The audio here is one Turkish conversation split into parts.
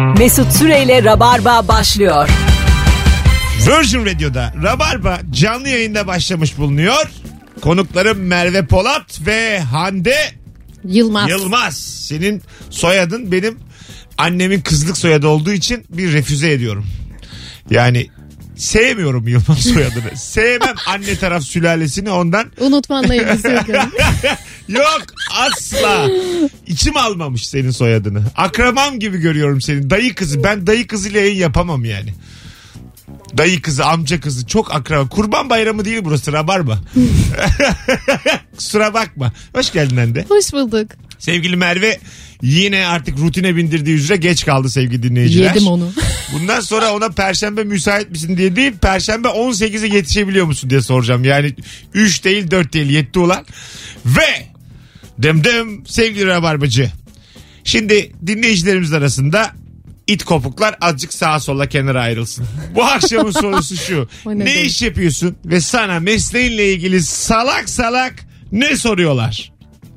Mesut Süreyle Rabarba başlıyor. Virgin Radio'da Rabarba canlı yayında başlamış bulunuyor. Konuklarım Merve Polat ve Hande Yılmaz. Senin soyadın benim annemin kızlık soyadı olduğu için bir refüze ediyorum. Yani sevmiyorum Yılmaz soyadını. Sevmem anne taraf sülalesini ondan. Unutmanla ilgisi yok. Yok asla. İçim almamış senin soyadını. Akrabam gibi görüyorum seni. Dayı kızı. Ben dayı kızıyla yayın yapamam yani. Dayı kızı, amca kızı çok akraba. Kurban bayramı değil burası, Rabarba. Kusura bakma. Hoş geldin Hande. Hoş bulduk. Sevgili Merve yine artık rutine bindirdiği üzere geç kaldı sevgili dinleyiciler. Yedim onu. Bundan sonra ona perşembe müsait misin diye değil, perşembe 18'e yetişebiliyor musun diye soracağım. Yani 3 değil 4 değil yetti ulan. Ve dım sevgili Rabarbacı. Şimdi dinleyicilerimiz arasında İt kopuklar azıcık sağa sola kenara ayrılsın. Bu akşamın sorusu şu. Ne iş yapıyorsun ve sana mesleğinle ilgili salak ne soruyorlar?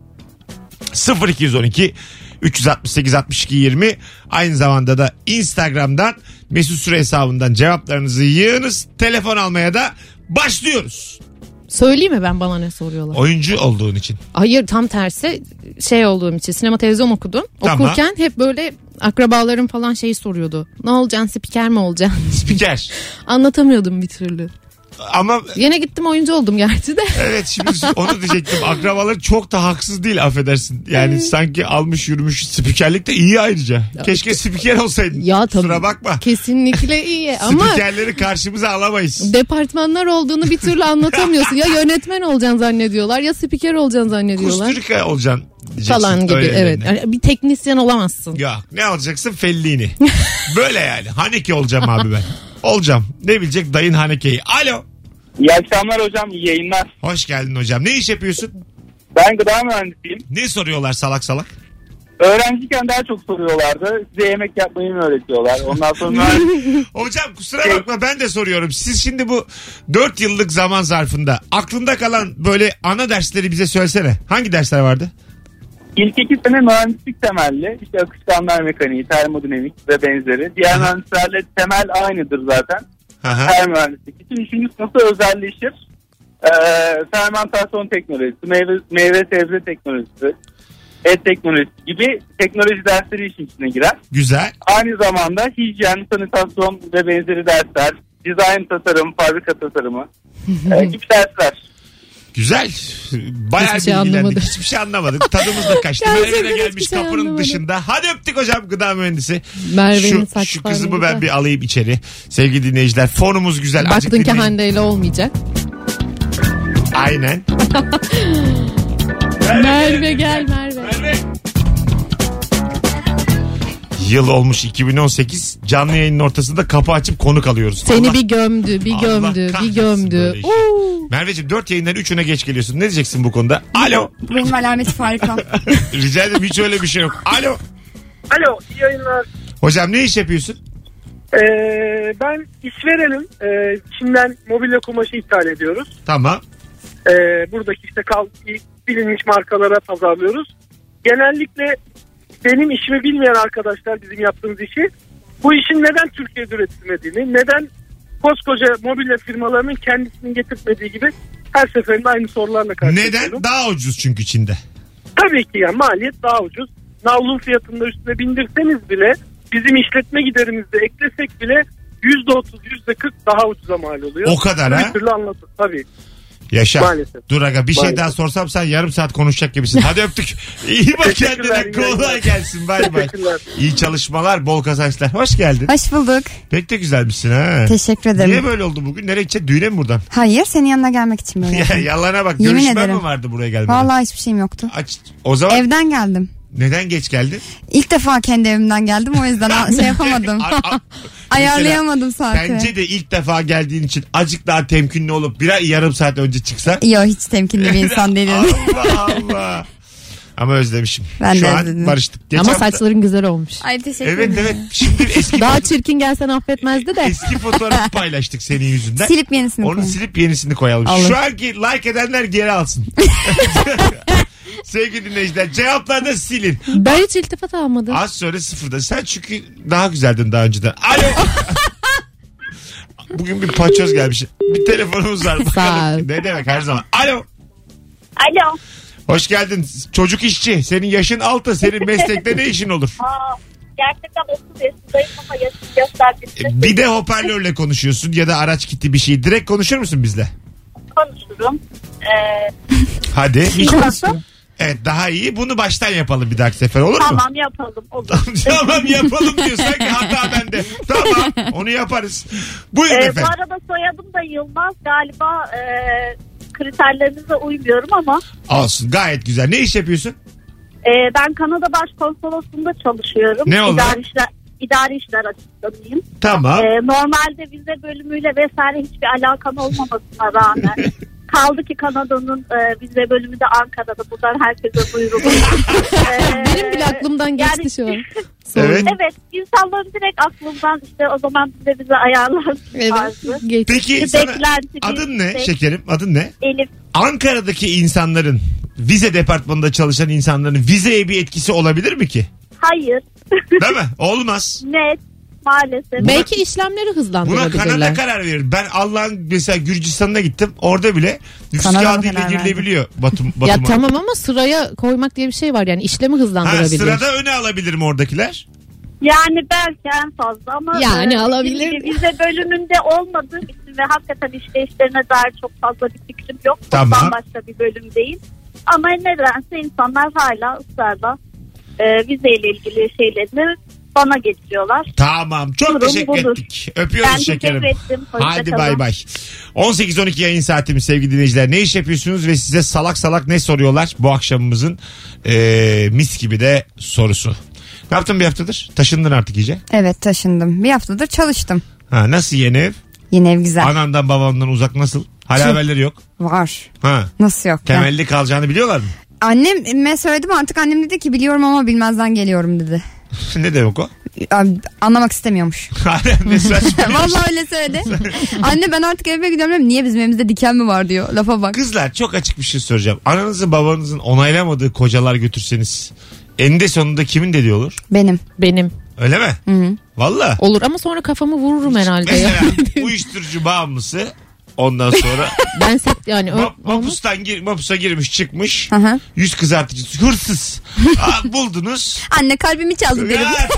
0212 368 62 20. Aynı zamanda da Instagram'dan Mesut Süre hesabından cevaplarınızı yığınız. Telefon almaya da başlıyoruz. Söyleyeyim mi ben, bana ne soruyorlar? Oyuncu olduğun için. Hayır, tam tersi olduğum için. Sinema televizyon okudum. Tamam. Okurken hep böyle akrabalarım falan soruyordu. Ne olacaksın, spiker mi olacaksın? Spiker. Anlatamıyordum bir türlü. Ama yine gittim oyuncu oldum gerçi de. evet, şimdi onu diyecektim. Akrabalar çok da haksız değil, affedersin. Yani sanki almış yürümüş, spikerlik de iyi ayrıca. Keşke spiker olsaydın. Ya tabii. Kusura bakma. Kesinlikle iyi ama spikerleri karşımıza alamayız. Departmanlar olduğunu bir türlü anlatamıyorsun. Ya yönetmen olacaksın zannediyorlar ya spiker olacaksın zannediyorlar. Kusturika olacaksın diyeceksin. Falan gibi, evet. Yani bir teknisyen olamazsın. Ya ne olacaksın? Fellini. Böyle yani. Haneke olacağım abi ben. Olacağım. Ne bilecek dayın Haneke'yi. Alo. İyi akşamlar hocam, iyi yayınlar. Hoş geldin hocam. Ne iş yapıyorsun? Ben gıda mühendisiyim. Ne soruyorlar salak? Öğrenciyken daha çok soruyorlardı. Size yemek yapmayı mı öğretiyorlar? Ondan sonra... Hocam kusura bakma, ben de soruyorum. Siz şimdi bu 4 yıllık zaman zarfında aklında kalan böyle ana dersleri bize söylesene. Hangi dersler vardı? İlk 2 sene mühendislik temelli. İşte akışkanlar mekaniği, termodinamik ve benzeri. Diğer mühendislerle temel aynıdır zaten. Her mühendislik için. 3. sınıfta özelleşir. Fermentasyon teknolojisi, meyve sebze teknolojisi, et teknolojisi gibi teknoloji dersleri işin içine girer. Güzel. Aynı zamanda hijyen, sanitasyon ve benzeri dersler, dizayn tasarım, fabrika tasarımı gibi dersler. Güzel. Bayağı bilgilendik. Hiçbir şey anlamadık. Tadımız da kaçtı. Merve de gelmiş kapının dışında. Hadi öptük hocam, gıda mühendisi. Şu kızımı ben bir alayım içeri. Sevgili dinleyiciler, fonumuz güzel. Baktın ki Hande ile olmayacak. Aynen. Merve gel Merve. Yıl olmuş 2018. Canlı yayının ortasında kapı açıp konuk alıyoruz. Seni bir gömdü. Merveciğim 4 yayından 3'üne geç geliyorsun. Ne diyeceksin bu konuda? Alo. Benim alameti farikam. Rica ederim, hiç öyle bir şey yok. Alo. Alo, iyi yayınlar. Hocam ne iş yapıyorsun? Ben işverenim. Çin'den mobilya kumaşı ithal ediyoruz. Tamam. Buradaki işte bilinmiş markalara pazarlıyoruz. Genellikle benim işimi bilmeyen arkadaşlar, bizim yaptığımız işi, bu işin neden Türkiye'de üretilmediğini, neden koskoca mobilya firmalarının kendisini getirtmediği gibi her seferinde aynı sorularla karşılaşıyorum. Neden? Daha ucuz çünkü Çin'de. Tabii ki yani maliyet daha ucuz. Navlun fiyatını üstüne bindirseniz bile, bizim işletme giderimizde eklesek bile %30, %40 daha ucuza mal oluyor. O kadar ha? Bir türlü anlatın tabii. Yaşa. Maalesef. Dur aga, bir şey daha sorsam sen yarım saat konuşacak gibisin. Hadi öptük. İyi bak kendine, kolay gelsin. Bay bay. İyi çalışmalar, bol kazançlar. Hoş geldin. Hoş bulduk. Pek de güzelmişsin ha. Teşekkür ederim. Niye böyle oldu bugün? Nereye gideceksin? Düğüne mi buradan? Hayır, senin yanına gelmek için böyle. Yalana bak. Yemin Görüşmen ederim. mi vardı buraya gelmeden? Vallahi hiçbir şeyim yoktu. O zaman... Evden geldim. Neden geç geldin? İlk defa kendi evimden geldim, o yüzden şey yapamadım. Ayarlayamadım saati. Bence de ilk defa geldiğin için azıcık daha temkinli olup yarım saat önce çıksa. Yok, hiç temkinli bir insan değilim. Allah Allah. Ama özlemişim. Ben Şu de an özledim. Barıştık. Ama saçların güzel olmuş. Ay teşekkür ederim. Evet. Şimdi eski daha çirkin gelsen affetmezdi de. Eski fotoğrafı paylaştık senin yüzünden. Silip yenisini koyalım. Onu silip yenisini koyalım. Allah. Şu anki like edenler geri alsın. Sevgili dinleyiciler cevapları da silin. Ben hiç iltifat almadım. Az sonra sıfırda. Sen çünkü daha güzeldin daha önceden. Alo. Bugün bir paçoz gelmiş. Bir telefonumuz var. Sağ ol. Ne demek her zaman. Alo. Alo. Hoş geldin. Çocuk işçi. Senin yaşın 6. Senin meslekte ne işin olur? Gerçekten 30 yaşındayım ama yaşım gösterdiğinde Bir de hoparlörle konuşuyorsun ya da araç gitti bir şey. Direkt konuşur musun bizle? konuşurum. Hadi. Hiç Nasıl? Evet daha iyi. Bunu baştan yapalım bir dahaki sefer olur mu? Tamam yapalım. Olur. Tamam yapalım diyor. Sanki hata bende. Tamam onu yaparız. Buyurun Bu efendim. arada soyadım da Yılmaz. Galiba kriterlerinize uymuyorum ama. Olsun gayet güzel. Ne iş yapıyorsun? Ben Kanada Başkonsolosluğu'nda çalışıyorum. Ne olarak? İdari işler asistanıyım. Tamam. Normalde vize bölümüyle vesaire hiçbir alakam olmamasına rağmen kaldı ki Kanada'nın vize bölümü de Ankara'da. Buradan herkese duyurulur. Benim bile aklımdan geçti yani, şu an. Evet. Evet, insanların direkt aklımdan işte o zaman bize ayarlar. Evet. Geç. Peki sana adın ne şekerim? Adın ne? Elif. Ankara'daki insanların vize departmanında çalışan insanların vizeye bir etkisi olabilir mi ki? Hayır. Değil mi? Olmaz. Net. Maalesef. Belki işlemleri Buna hızlandırabilirler. Kanada karar verir. Ben Allah'ın mesela Gürcistan'ına gittim. Orada bile nüfus Kanada mı kağıdıyla karar girilebiliyor. Batuma. Ya tamam ama sıraya koymak diye bir şey var yani işlemi Ha, hızlandırabilir. sırada öne alabilir mi oradakiler? Yani belki en fazla ama Yani alabilir. şimdi vize bölümünde olmadığım için ve hakikaten işleyişlerine dair çok fazla bir fikrim yok. Tamam. Bambaşka bir bölüm değil. Ama nedense insanlar hala ısrarla vizeyle ilgili şeylerini bana getiriyorlar. Tamam. Çok Durum teşekkür budur. ettik. Öpüyoruz Ben şekerim. teşekkür ettim. Hoşça Hadi kalın. bay bay. 18-12 yayın saatimiz sevgili dinleyiciler. Ne iş yapıyorsunuz ve size salak salak ne soruyorlar? Bu akşamımızın mis gibi de sorusu. Ne yaptın bir haftadır? Taşındın artık iyice. Evet taşındım. Bir haftadır çalıştım. Ha, nasıl yeni ev? Yeni ev güzel. Anandan babandan uzak nasıl? Hala haberleri yok. Var. Ha. Nasıl yok? Yani Temelli kalacağını biliyorlar mı? anneme söyledim artık annem dedi ki biliyorum ama bilmezden geliyorum dedi. Ne demek o? Anlamak istemiyormuş. Ne saçma. Vallahi öyle söyledi. Anne ben artık eve gidiyorum dedim. Niye bizim evimizde diken mi var diyor. Lafa bak. Kızlar çok açık bir şey soracağım. Ananızın babanızın onaylamadığı kocalar götürseniz eninde sonunda kimin dediği olur? Benim. Öyle mi? Hı-hı. Valla. Olur ama sonra kafamı vururum herhalde. Mesela ya. uyuşturucu bağımlısı ondan sonra Ben yani mapusa girmiş çıkmış. Aha. Yüz kızartıcısı hırsız. Buldunuz. Anne kalbimi çaldı derim. Ya,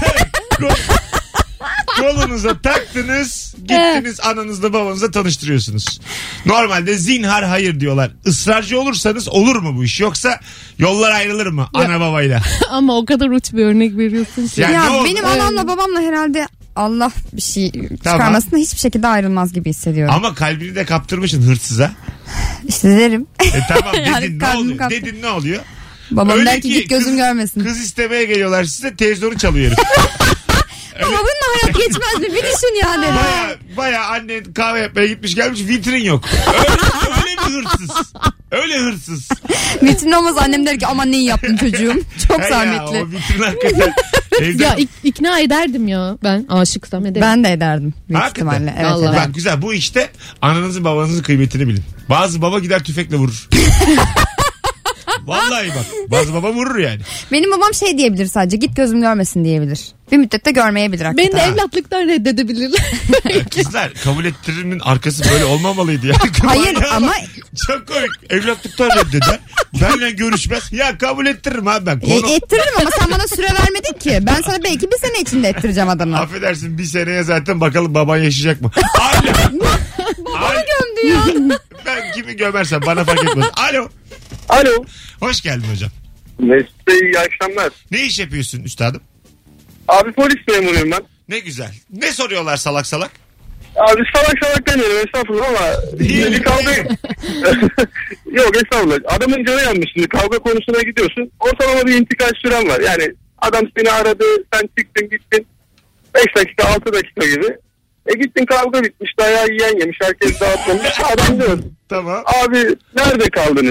kolunuza taktınız. Gittiniz ananızla babanızla tanıştırıyorsunuz. Normalde zinhar hayır diyorlar. Israrcı olursanız olur mu bu iş? Yoksa yollar ayrılır mı ana babayla? Ama o kadar uç bir örnek veriyorsun ki. Yani ne Ya oldu? benim anamla babamla herhalde Allah bir şey çıkarmasına hiçbir şekilde ayrılmaz gibi hissediyorum. Ama kalbini de kaptırmışsın hırsıza. İşte derim. Tamam dedin Yani ne kalbimi oluyor? kaptır. Dedin ne oluyor? Babam Öyle der ki git gözüm görmesin. Kız istemeye geliyorlar size televizyonu çalıyor herif. Ama bununla hayat geçmez mi? Bir düşün yani. Baya annen kahve yapmaya gitmiş gelmiş vitrin yok. Öyle bir hırsız. Öyle hırsız. Vitrin olmaz annem der ki aman neyi yaptın çocuğum. Çok Ya, zahmetli. o vitrin hakikaten. Evde... Ya ikna ederdim ya. Ben aşıksam ederim. Ben de ederdim büyük Hakikaten. ihtimalle. Evet, Vallahi. ederdim. Bak güzel bu işte ananızın babanızın kıymetini bilin. Bazı baba gider tüfekle vurur. Vallahi bak bazı baba vurur yani. Benim babam şey diyebilir sadece git gözüm görmesin diyebilir. Bir müddet de görmeyebilir Beni hakikaten. de evlatlıktan reddedebilirler. Kızlar kabul ettirimin arkası böyle olmamalıydı ya. Hayır Ya, ama çok komik. Evlatlıktan reddeder. Benle görüşmez. Ya kabul ettiririm abi ben. Konu... ettiririm ama sen bana süre vermedin ki. Ben sana belki bir sene içinde ettireceğim adamı. Affedersin bir seneye zaten bakalım baban yaşayacak mı? Alo. Bana gömdü ya. Ben kimi gömersem bana fark etmez. Alo. Alo. Hoş geldin hocam. Mesut Bey iyi akşamlar. Ne iş yapıyorsun üstadım? Abi polis memuruyum ben. Ne güzel. Ne soruyorlar salak salak? Abi salak demiyorum estağfurullah ama şimdi kavga... Yok estağfurullah. Adamın canı yanmış şimdi kavga konusuna gidiyorsun. Ortalama bir intikal süren var. Yani adam seni aradı sen çıktın gittin. 5 dakika 6 dakika gibi. Gittin kavga bitmiş dayağı yiyen yemiş herkes dağıtmamış. Adam diyor. Tamam. Abi nerede kaldınız?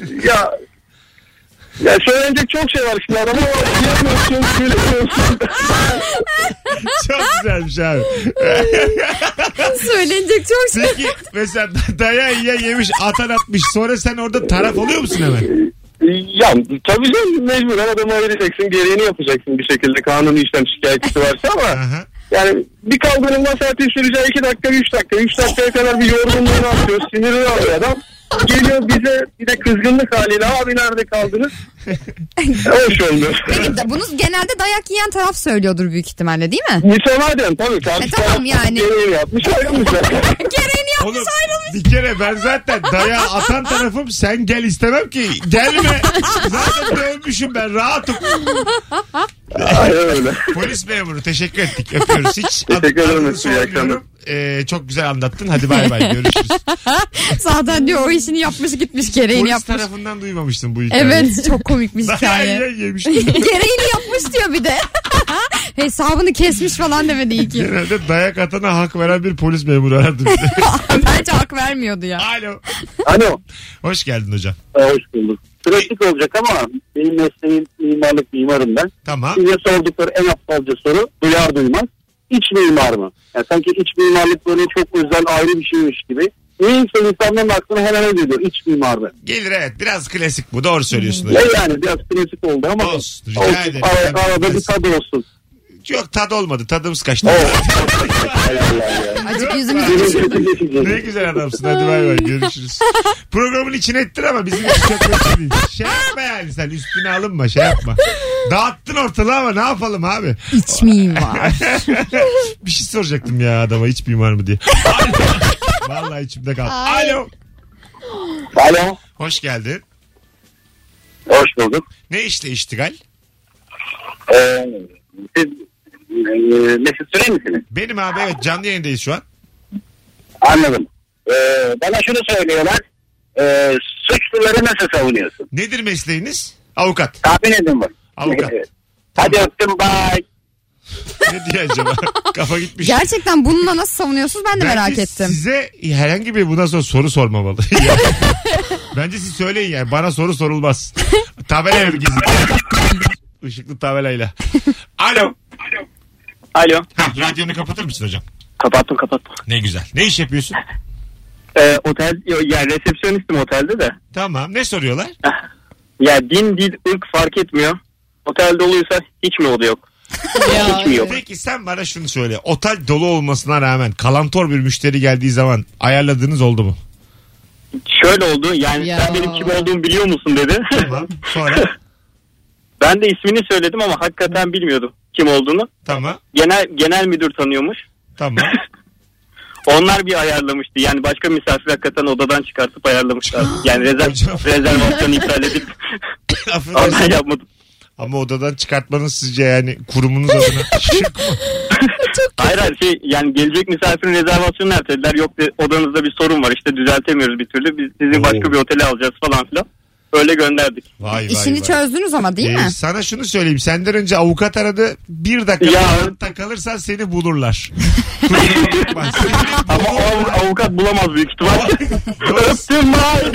Ya söylenecek çok şey var şimdi adama ama diyemiyorsun, söylemiyorsun. Çok güzelmiş abi. Söylenecek çok şey. Peki mesela dayağı yiyen yemiş atan atmış. Sonra sen orada taraf oluyor musun hemen? Ya tabii canım, mecburen adamı ayıracaksın, gereğini yapacaksın bir şekilde, kanuni işlem şikayetçisi varsa ama Aha. yani bir kavganın zaten süreceği 2 dakika 3 dakika 3 dakikaya kadar bir yorgunluğunu atıyor, sinirini alıyor adam. Geliyor bize bir de kızgınlık haliyle, abi nerede kaldınız? Hoş olmuyor. Peki bunu genelde dayak yiyen taraf söylüyordur büyük ihtimalle, değil mi? Mütemadiyen tabii. Tamam yani. Gereğini yapmış ayrılmışlar. Gereğini yapmış Oğlum, ayrılmış. bir kere ben zaten dayağı atan tarafım, sen gel istemem ki. Gelme. Zaten dövmüşüm ben, rahatım. Aynen öyle. Polis memuru, teşekkür ettik. Öpüyoruz. Hiç Teşekkür ederim. adını sormuyorum. Çok güzel anlattın. Hadi bay bay, görüşürüz. Zaten diyor o işini yapmış gitmiş, gereğini Polis yapmış. tarafından duymamıştım bu hikayeyi. Evet, çok komikmiş hikaye. Dayağı yemiştim. Gereğini yapmış diyor bir de. Hesabını kesmiş falan demedi iyi ki. Genelde dayak atana hak veren bir polis memuru aradı bize. Bence hak vermiyordu ya. Alo. Alo. Hoş geldin hocam. Hoş bulduk. Pratik olacak ama benim mesleğim mimarım ben. Tamam. Size sordukları en aptalca soru duyar duymaz. İç mimar mı? Yani sanki iç mimarlık böyle çok özel, ayrı bir şeymiş gibi. Neyse insanların aklına hemen öyle geliyor. İç mimar mı? Gelir, evet. Biraz klasik bu. Doğru söylüyorsun Ne hocam. yani biraz klasik oldu ama Olsun. Rica ederim. Arada bir tadı olsun. Yok, tadı olmadı. Tadımız kaçtı. Acık yüzümüzü düşün. Ne güzel adamsın. Hadi bay bay, görüşürüz. Programın içine ettir ama bizim için çok kötü değil. Şey yapma yani, sen üstüne alınma, şey yapma. Dağıttın ortalığı ama ne yapalım abi. İç mimar. Bir şey soracaktım ya adama, hiç mimar mı diye. Alo. Vallahi içimde kaldı. Alo. Alo. Hoş geldin. Hoş bulduk. Ne işle iştigal? Siz Mesut Süre misiniz? Benim abi, evet, canlı yayındayız şu an. Anladım. Bana şunu söylüyorlar. Suçluları nasıl savunuyorsun? Nedir mesleğiniz? Avukat. Tahmin edin bak. Avukat. Hadi öptüm, bye. Ne diyor acaba? Kafa gitmiş. Gerçekten bununla nasıl savunuyorsunuz, ben de Bence merak ettim. size herhangi bir bundan sonra soru sormamalı. Bence siz söyleyin yani. Bana soru sorulmaz. Tabelayla bir gizli. Işıklı tabelayla. Alo. Alo. Radyonu kapatır mısın hocam? Kapattım. Ne güzel. Ne iş yapıyorsun? Otel, yani resepsiyonistim otelde de. Tamam. Ne soruyorlar? Ya din, dil, ırk fark etmiyor. Otel doluysa hiç mi oda yok? Hiç mi yok? Peki sen bana şunu söyle. Otel dolu olmasına rağmen kalantor bir müşteri geldiği zaman ayarladığınız oldu mu? Şöyle oldu. Yani Ya. sen benim kim olduğumu biliyor musun dedi. Tamam. Sonra? Ben de ismini söyledim ama hakikaten bilmiyordum kim olduğunu. Tamam. Genel müdür tanıyormuş. Tamam. Onlar bir ayarlamıştı. Yani başka misafir hakikaten odadan çıkartıp ayarlamışlar. Yani Hocam. rezervasyonu iptal edip Affedersin. ondan yapmadım. Ama odadan çıkartmanız sizce yani kurumunuz adına şık mı? Hayır yani gelecek misafirin rezervasyonunu ertelediler. Yok odanızda bir sorun var, işte düzeltemiyoruz bir türlü. Biz sizi başka bir otele alacağız falan filan. Öyle gönderdik. Vay İşini çözdünüz ama değil mi? Sana şunu söyleyeyim. Senden önce avukat aradı. Bir dakika takılırsan seni bulurlar. Ama o avukat bulamaz büyük ihtimal. Öptüm ben.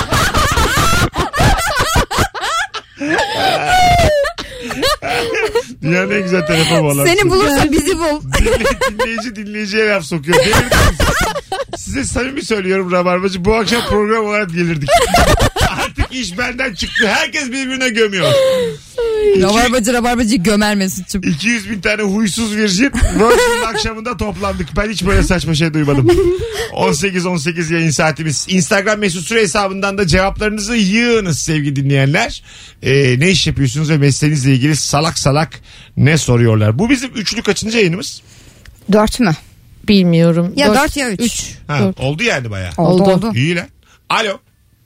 Dünyanın en güzel telefon bağlantısı. Seni bulursa bizi bul. Dinleyiciye laf sokuyor. Size samimi söylüyorum Rabarbacı. Bu akşam program olarak gelirdik. Artık iş benden çıktı. Herkes birbirine gömüyor. Rabarbacı gömer Mesut'cum. 200 bin tane huysuz virjin Virgin'in akşamında toplandık. Ben hiç böyle saçma şey duymadım. 18 yayın saatimiz. Instagram Mesut Süre hesabından da cevaplarınızı yığınız sevgili dinleyenler. Ne iş yapıyorsunuz ve mesleğinizle ilgili salak salak ne soruyorlar. Bu bizim üçlü kaçıncı yayınımız? 4 mü? Bilmiyorum. Ya 4 ya 3. Oldu yani bayağı. Oldu. İyi lan. Alo.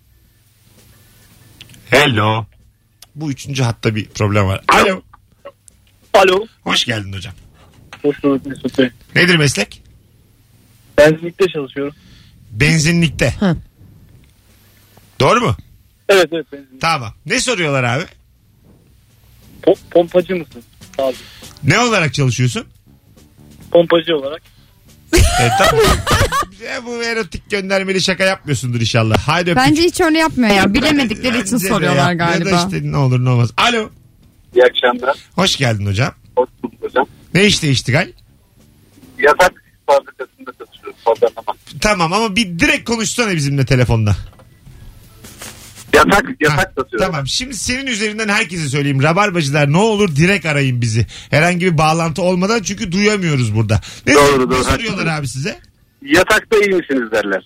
Hello. Bu üçüncü hatta bir problem var. Alo. Alo. Hoş geldin hocam. Hoş bulduk Mesut Bey. Nedir meslek? Benzinlikte çalışıyorum. Benzinlikte. Ha. Doğru mu? Evet benzinlik. Tamam. Ne soruyorlar abi? Pompacı mısın? Abi. Ne olarak çalışıyorsun? Pompacı olarak. Tamam. Bu erotik göndermeli şaka yapmıyorsundur inşallah. Haydi öptük. Bence hiç öyle yapmıyor ya. Bilemedikleri için Bence de soruyorlar ya. galiba. Ya da işte ne olur ne olmaz. Alo. İyi akşamlar. Hoş geldin hocam. Hoş bulduk hocam. Ne işte iştigal? Yatak fabrikasında çalışıyoruz. Pazarlama. Tamam ama bir direkt konuşsana bizimle telefonda. Ya Yatak satıyorum. Tamam, şimdi senin üzerinden herkese söyleyeyim. Rabarbacılar ne olur direkt arayın bizi. Herhangi bir bağlantı olmadan, çünkü duyamıyoruz burada. Ne soruyorlar abi size? Yatakta iyi misiniz derler.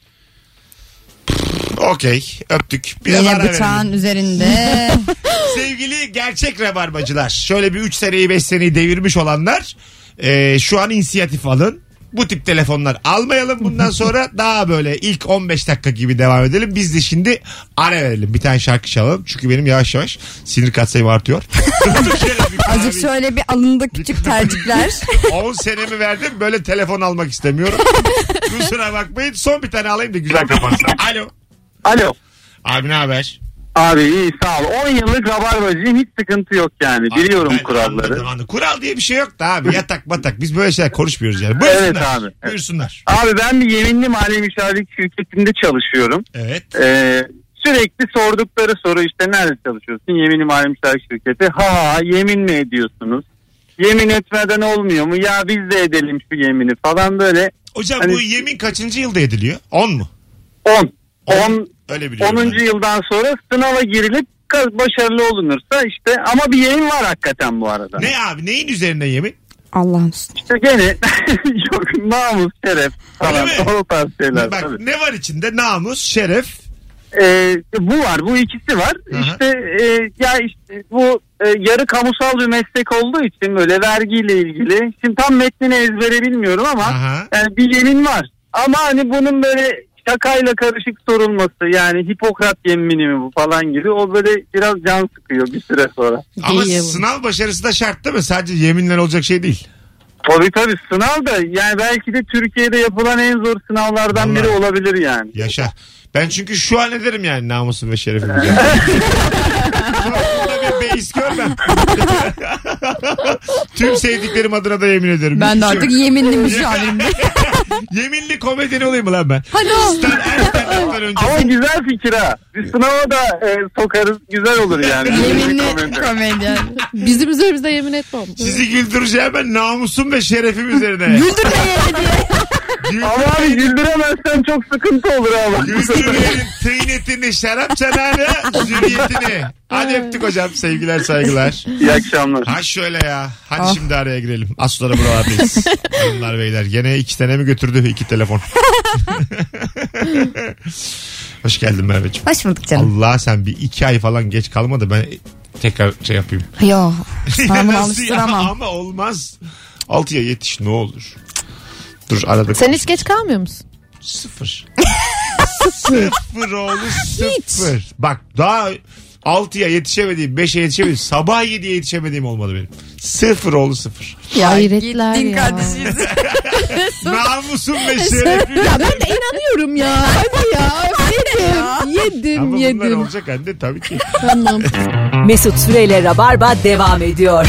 Okey, öptük. Biraz Yine ara bıçağın verelim. üzerinde. Sevgili gerçek rabarbacılar, şöyle bir 3 seneyi 5 seneyi devirmiş olanlar şu an inisiyatif alın. Bu tip telefonlar almayalım bundan sonra, daha böyle ilk 15 dakika gibi devam edelim. Biz de şimdi ara verelim, bir tane şarkı çalalım. Çünkü benim yavaş yavaş sinir katsayım artıyor. Azıcık şöyle bir alında küçük tercikler. 10 senemi verdim, böyle telefon almak istemiyorum. Kusura bakmayın, son bir tane alayım da güzel kapansın. Alo. Alo. Abi ne haber? Abi iyi, sağ ol. 10 yıllık rabarbacıyım, hiç sıkıntı yok yani. Biliyorum Ben kuralları. anladım. Kural diye bir şey yok da abi, yatak batak, biz böyle şeyler konuşmuyoruz yani. Buyursunlar. Evet abi. Buyursunlar. Abi ben bir yeminli mali müşavirlik şirketinde çalışıyorum. Evet. Sürekli sordukları soru işte, nerede çalışıyorsun? Yeminli mali müşavirlik şirketi. Yemin mi ediyorsunuz? Yemin etmeden olmuyor mu? Ya biz de edelim şu yemini falan böyle. Hocam hani, bu yemin kaçıncı yılda ediliyor? 10 mu? 10. Öyle biliyorum. 10. yıldan sonra sınava girilip başarılı olunursa işte, ama bir yemin var hakikaten bu arada. Ne abi, neyin üzerine yemin? Allah'ım. İşte gene yok, namus, şeref falan, o tarz şeyler. Bak tabii. ne var içinde? Namus, şeref. Bu var, bu ikisi var. Aha. İşte ya işte bu yarı kamusal bir meslek olduğu için böyle vergiyle ilgili. Şimdi tam metnini ezbere bilmiyorum ama yani bir yemin var. Ama hani bunun böyle şakayla karışık sorulması, yani Hipokrat yemini mi bu falan gibi, o böyle biraz can sıkıyor bir süre sonra. Ama sınav başarısı da şart değil mi? Sadece yeminler olacak şey değil. Tabii sınav da yani belki de Türkiye'de yapılan en zor sınavlardan biri olabilir yani. Yaşa. Ben çünkü şu an ederim yani namusum ve şerefim. Burada bir beis görmem. Tüm sevdiklerim adına da yemin ederim. Ben de artık yeminli müşavirim. Yeminli komedyen olayım mı lan ben? Hadi ol. Ama güzel fikir ha. Bir sınava da sokarız, güzel olur yani. Yeminli komedyen. Bizim üzerimizde yemin etmem. Sizi güldüreceğim ben namusum ve şerefim üzerine. Güldürme yemin diye. Ama abi güldüremezsen çok sıkıntı olur abi. Güldürmeyenin tıynetini, şarap çanağını, zürriyetini. Hadi öptük hocam. Sevgiler, saygılar. İyi akşamlar. Ha şöyle ya. Hadi şimdi araya girelim. Az sonra buralardayız. Hanımlar beyler. Gene 2 senemi götürdü 2 telefon. Hoş geldin Merveciğim. Hoş bulduk canım. Allah, sen bir 2 ay falan geç kalma da ben tekrar şey yapayım. Yok. Sana bunu Nasıl ya? alıştıramam. Ama olmaz. 6'ya yetiş ne olur. Dur arada. Sen hiç geç kalmıyor musun? 0. 0 oğlu 0. Bak daha 6'ya yetişemediğim, 5'e yetişemediğim, sabah 7'ye yetişemediğim olmadı benim. 0 oğlu 0. Ya hayretler Gittin ya. kardeşiz. Namusum ve şerefim. Ya ben de inanıyorum ya. Hadi ya. Yedim. Ama bunlar Yedim. olacak anne tabii ki. Tamam. Mesut Süreyle Rabarba devam ediyor.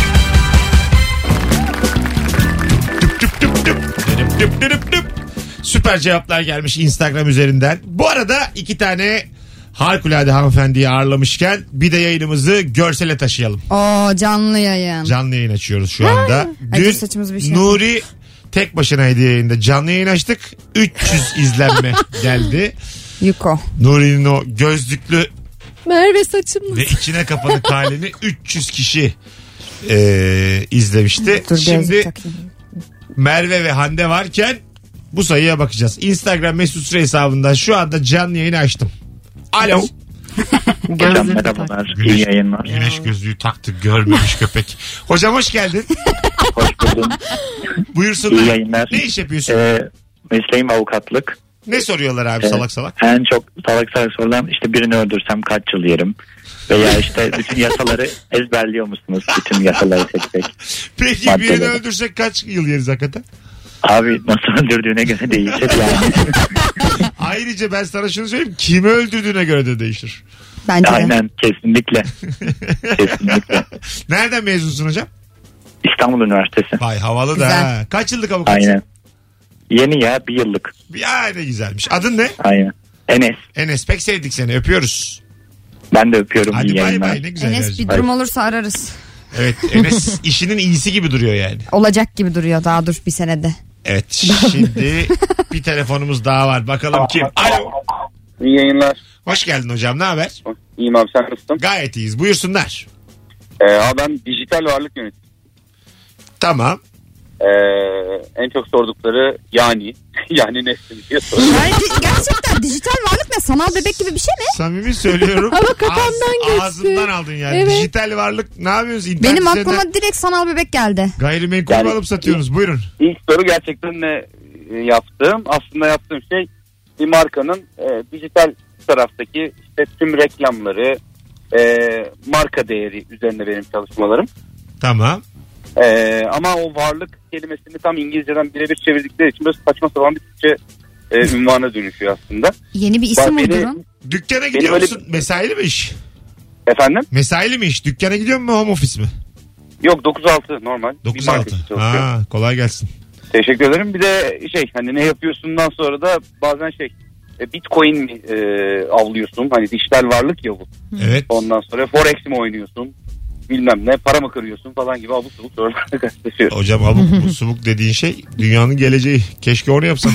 Düp düp düp. Düp düp düp düp. Süper cevaplar gelmiş Instagram üzerinden. Bu arada 2 tane harikulade hanımefendiyi ağırlamışken bir de yayınımızı görsele taşıyalım. Canlı yayın. Canlı yayın açıyoruz şu anda. Acı saçımız bir şey. Nuri tek başınaydı yayında. Canlı yayın açtık. 300 izlenme geldi. Yuko. Nuri'nin o gözlüklü Merve saçımla. ve içine kapanık halini 300 kişi izlemişti. Dur, Şimdi Merve ve Hande varken bu sayıya bakacağız. Instagram Mesut Süre hesabından şu anda canlı yayını açtım. Alo. Hocam merhabalar. İyi yayınlar. Güneş gözlüğü taktı görmemiş köpek. Hocam hoş geldin. Hoş buldum. Buyursunlar. İyi yayınlar. Ne iş yapıyorsun? Mesleğim avukatlık. Ne soruyorlar abi salak salak? En çok salak sorulan işte birini öldürsem kaç yıl yerim? Veya işte bütün yasaları ezberliyor musunuz? Bütün yasaları tek tek. Peki Maddeleri. birini öldürsek kaç yıl yeriz hakikaten? Abi nasıl öldürdüğüne göre değişir yani. Ayrıca ben sana şunu söyleyeyim. Kimi öldürdüğüne göre de değişir. Bence de. Aynen kesinlikle. Kesinlikle. Nereden mezunsun hocam? İstanbul Üniversitesi. Vay havalı Güzel. da. Ha. Kaç yıllık avukatsın? Aynen. Yeni ya 1 yıllık. Ya ne güzelmiş. Adın ne? Aynen. Enes. Enes pek sevdik seni öpüyoruz. Ben de öpüyorum. Hadi İyi bay yayınlar. bay ne güzel. Enes enerji. bir durum olursa ararız. Evet Enes işinin iyisi gibi duruyor yani. Olacak gibi duruyor, daha dur bir senede. Evet şimdi bir telefonumuz daha var. Bakalım kim? Alo. İyi yayınlar. Hoş geldin hocam, ne haber? İyiyim abi, sen nasılsın? Gayet iyiyiz, buyursunlar. Abi ben dijital varlık yönetiyorum. Tamam. En çok sordukları yani nesli diye soruyorlar. Gerçekten dijital varlık ne? Sanal bebek gibi bir şey mi? Samimi söylüyorum. Ama kafamdan geçti. Ağzımdan aldın yani. Evet. Dijital varlık ne yapıyorsunuz? İnternet Benim üzerinden aklıma direkt sanal bebek geldi. gayrimenkul Yani- alıp satıyorsunuz. Buyurun. İlk soru gerçekten ne yaptığım? Aslında yaptığım şey bir markanın dijital taraftaki işte tüm reklamları, marka değeri üzerine benim çalışmalarım. Tamam. Ama o varlık kelimesini tam İngilizceden birebir çevirdikleri için böyle saçma sapan bir Türkçe ünvana dönüşüyor aslında. Yeni bir isim uydurun. Dükkana gidiyor öyle- musun? Mesaili mi iş? Efendim? Mesaili mi iş? Dükkana gidiyor mu, home office mi? Yok, 9-6 normal. Bir 9-6. market çalışıyor. Ha, kolay gelsin. Teşekkür ederim. Bir de hani ne yapıyorsundan sonra da bazen Bitcoin mi avlıyorsun? Hani dijital varlık ya bu. Evet. Ondan sonra Forex mi oynuyorsun? Bilmem ne, para mı kırıyorsun falan gibi abuk sabuk sorularla karşılaşıyorum. Hocam abuk subuk dediğin şey dünyanın geleceği. Keşke onu yapsam.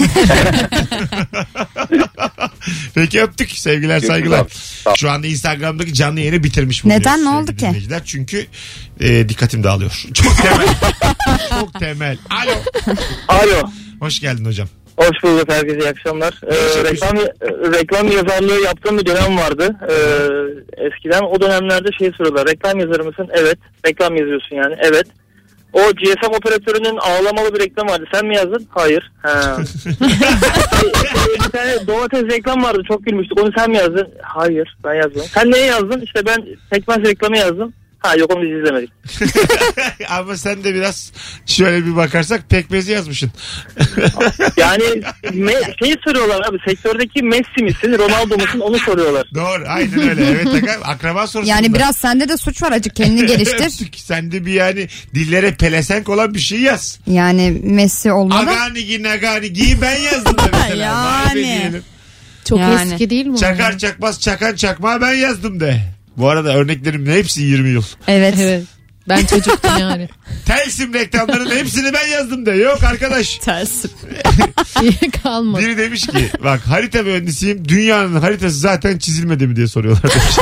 Peki, öptük. Sevgiler, saygılar. Şu anda Instagram'daki canlı yayını bitirmiş bulunuyoruz. Neden? Ne oldu sevgili ki? dinleyiciler. Çünkü dikkatim dağılıyor. Çok temel. Çok temel. Alo. Alo. Hoş geldin hocam. Hoş bulduk, herkese iyi akşamlar. Reklam yazarlığı yaptığım bir dönem vardı. Eskiden o dönemlerde soruyorlar. Reklam yazarı mısın? Evet. Reklam yazıyorsun yani. Evet. O GSM operatörünün ağlamalı bir reklam vardı. Sen mi yazdın? Hayır. Ha. Bir tane domates reklam vardı. Çok gülmüştük. Onu sen mi yazdın? Hayır. Ben yazdım. Sen neye yazdın? İşte ben pekmez reklamı yazdım. Ha yok, onu biz izlemedik. Ama sen de biraz şöyle bir bakarsak pekmezi yazmışsın. Yani soruyorlar abi, sektördeki Messi misin, Ronaldo musun, onu soruyorlar. Doğru, aynen öyle. Evet, akraba sorusu. Yani biraz sende de suç var, acık kendini geliştir. Sen de bir yani dillere pelesenk olan bir şey yaz. Yani Messi olmadı. Agani ben yazdım da mesela. Yani. Vay be diyelim. Çok Yani. eski değil mi? Çakar çakmaz çakan çakmağı ben yazdım de. Bu arada örneklerimin hepsi 20 yıl. Evet. Evet. Ben çocuktum yani. Telsim reklamlarının hepsini ben yazdım de. Yok arkadaş. Tersim. İyi kalmadı. Biri demiş ki bak, harita mühendisiyim, dünyanın haritası zaten çizilmedi mi diye soruyorlar demiş.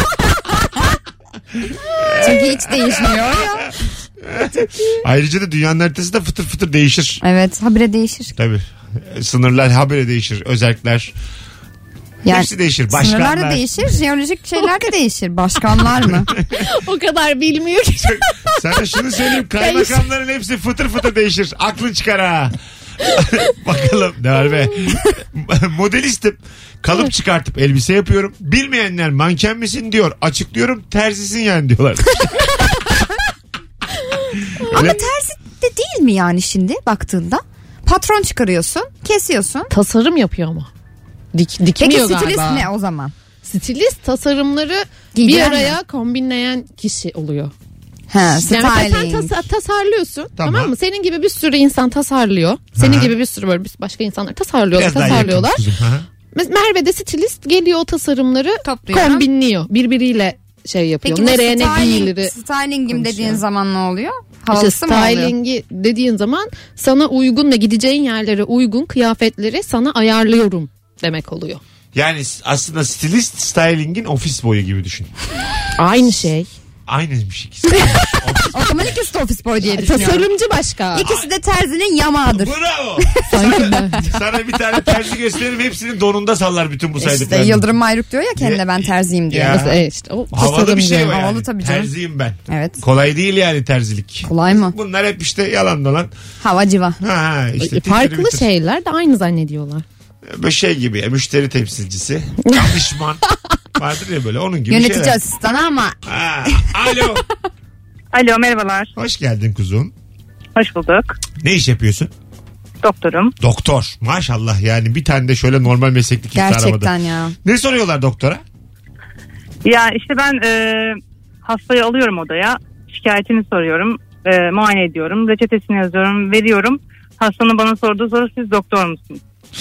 Çünkü hiç değişmiyor ya. Ayrıca da dünyanın haritası da fıtır fıtır değişir. Evet, habire değişir. Tabii. Sınırlar habire değişir. Özellikler. Yani hepsi değişir. Başkanlar. sınırlar da değişir, jeolojik şeyler de değişir. Başkanlar mı? O kadar bilmiyor ki. Sana şunu söyleyeyim. Kaymakamların hepsi fıtır fıtır değişir. Aklın çıkar ha. Bakalım ne var be. Modelistim. Kalıp çıkartıp elbise yapıyorum. Bilmeyenler manken misin diyor. Açıklıyorum, terzisin yani diyorlar. Ama terzi de değil mi yani şimdi baktığında? Patron çıkarıyorsun, kesiyorsun. Tasarım yapıyor ama. Peki Dikmiyor stilist galiba. ne o zaman? Stilist tasarımları Giydiren bir araya kombinleyen kişi oluyor. Ha, Yani sen styling. tasarlıyorsun, Tamam. tamam mı? Senin gibi bir sürü insan tasarlıyor. Senin gibi bir sürü böyle başka insanlar tasarlıyorlar. Biraz daha yakın kuzum. Aha. Merve de stilist geliyor, o tasarımları Topluyor. kombinliyor. Birbiriyle yapıyor. Peki bu Nereye ne giyilir? styling'im dediğin konuşuyor. zaman ne oluyor? İşte Havalısı mı oluyor? stylingi dediğin zaman sana uygun ve gideceğin yerlere uygun kıyafetleri sana ayarlıyorum demek oluyor. Yani aslında stilist styling'in ofis boyu gibi düşün. Aynı şey. Aynıymış ikisi. O zaman ikisi de office boy diye düşünüyorum. Tasarımcı başka. İkisi de terzinin yamağıdır. Bravo. Sanki ben. Sana bir tane terzi gösteririm, hepsinin donunda sallar bütün bu İşte saydıklarını. Yıldırım Mayruk diyor ya kendine, ben terziyim diyor. Ya. İşte o Havalı bir tasarımcı. şey o yani. Havalı tabii canım. Terziyim ben. Evet. Kolay değil yani terzilik. Kolay mı? Bunlar hep işte yalan dolan. Hava civa. Ha, işte Farklı bitir. şeyler de aynı zannediyorlar. Böyle şey gibi ya, müşteri temsilcisi. Danışman. Vardır ya böyle, onun gibi Yönetici şeyler. asistanı ama. Ha, alo. Alo, merhabalar. Hoş geldin kuzum. Hoş bulduk. Ne iş yapıyorsun? Doktorum. Doktor. Maşallah yani, bir tane de şöyle normal mesleklik kimse aramadı. Gerçekten ya. Ne soruyorlar doktora? Ya işte ben hastayı alıyorum odaya. Şikayetini soruyorum. Muayene ediyorum. Reçetesini yazıyorum. Veriyorum. Hastanın bana sorduğu soru, siz doktor musunuz?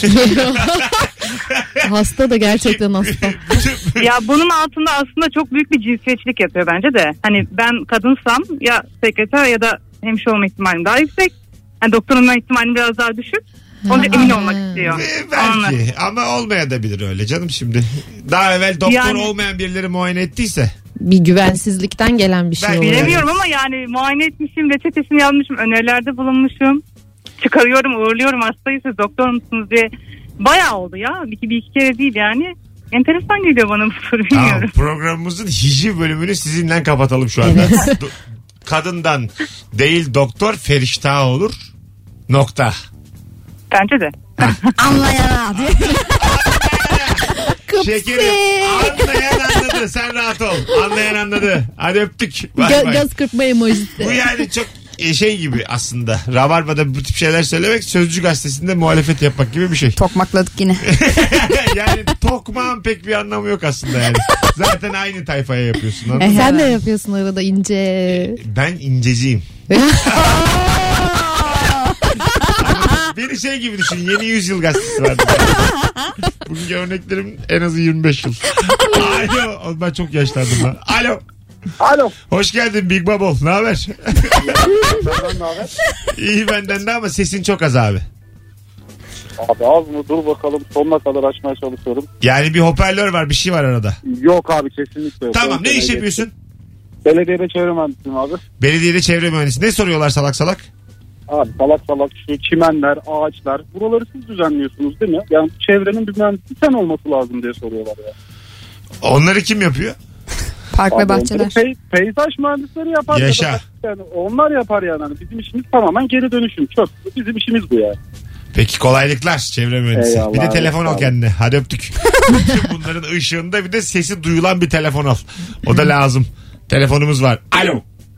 Hasta da gerçekten hasta. Ya bunun altında aslında çok büyük bir cinsiyetçilik yatıyor bence de. Hani ben kadınsam ya sekreter ya da hemşire olma ihtimalim daha yüksek. Yani doktor olma ihtimalim biraz daha düşük. Sonuçta emin olmak istiyor. Belki ama olmayabilir öyle canım şimdi. Daha evvel doktor olmayan birileri muayene ettiyse. Bir güvensizlikten gelen bir şey oluyor. Bilemiyorum ama yani muayene etmişim, reçetesini yazmışım, önerilerde bulunmuşum. Çıkarıyorum, uğurluyorum hastayı, siz doktor musunuz diye. Bayağı oldu ya. Bir iki kere değil yani. Enteresan geliyor bana bu soru, bilmiyorum. Programımızın hiciv bölümünü sizinle kapatalım şu anda. Evet. Kadından değil doktor feriştah olur. Nokta. Bence de. Anlayana diye. Şekerim anlayan anladı. Sen rahat ol. Anlayan anladı. Hadi öptük. Göz kırpma emojisi. Bu yani çok şey gibi aslında. Rabarba'da bu tip şeyler söylemek Sözcü gazetesinde muhalefet yapmak gibi bir şey. Tokmakladık yine. Yani tokmağın pek bir anlamı yok aslında yani. Zaten aynı tayfaya yapıyorsun. Sen de yapıyorsun arada ince. Ben inceciyim. Beni şey gibi düşün. Yeni Yüzyıl gazetesi vardı. Bugünkü örneklerim en az 25 yıl. Alo. Ben çok yaşlandım lan. Alo. Alo. Hoş geldin Big Bubble. Ne haber? Benden ne haber? İyi benden de ama sesin çok az abi. Abi az mı? Dur bakalım. Sonuna kadar açmaya çalışıyorum. Yani bir hoparlör var, bir şey var arada. Yok abi, kesinlikle yok. Tamam, ne iş yapıyorsun? Belediyede çevre mühendisiyim abi. Belediyede çevre mühendisi. Ne soruyorlar salak salak? Abi salak şu çimenler, ağaçlar. Buraları siz düzenliyorsunuz değil mi? Yani çevrenin bir mühendisi sen olması lazım diye soruyorlar ya. Onları kim yapıyor? Park ve bahçeler. Peyzaj mühendisleri yapar. Yaşa. Yani onlar yapar yani. Bizim işimiz tamamen geri dönüşüm. Çöp. Bizim işimiz bu yani. Peki kolaylıklar çevre mühendisi. Eyvallah, bir de telefon al abi. kendine. Hadi öptük. Bütün bunların ışığında bir de sesi duyulan bir telefon al. O da lazım. Telefonumuz var. Alo.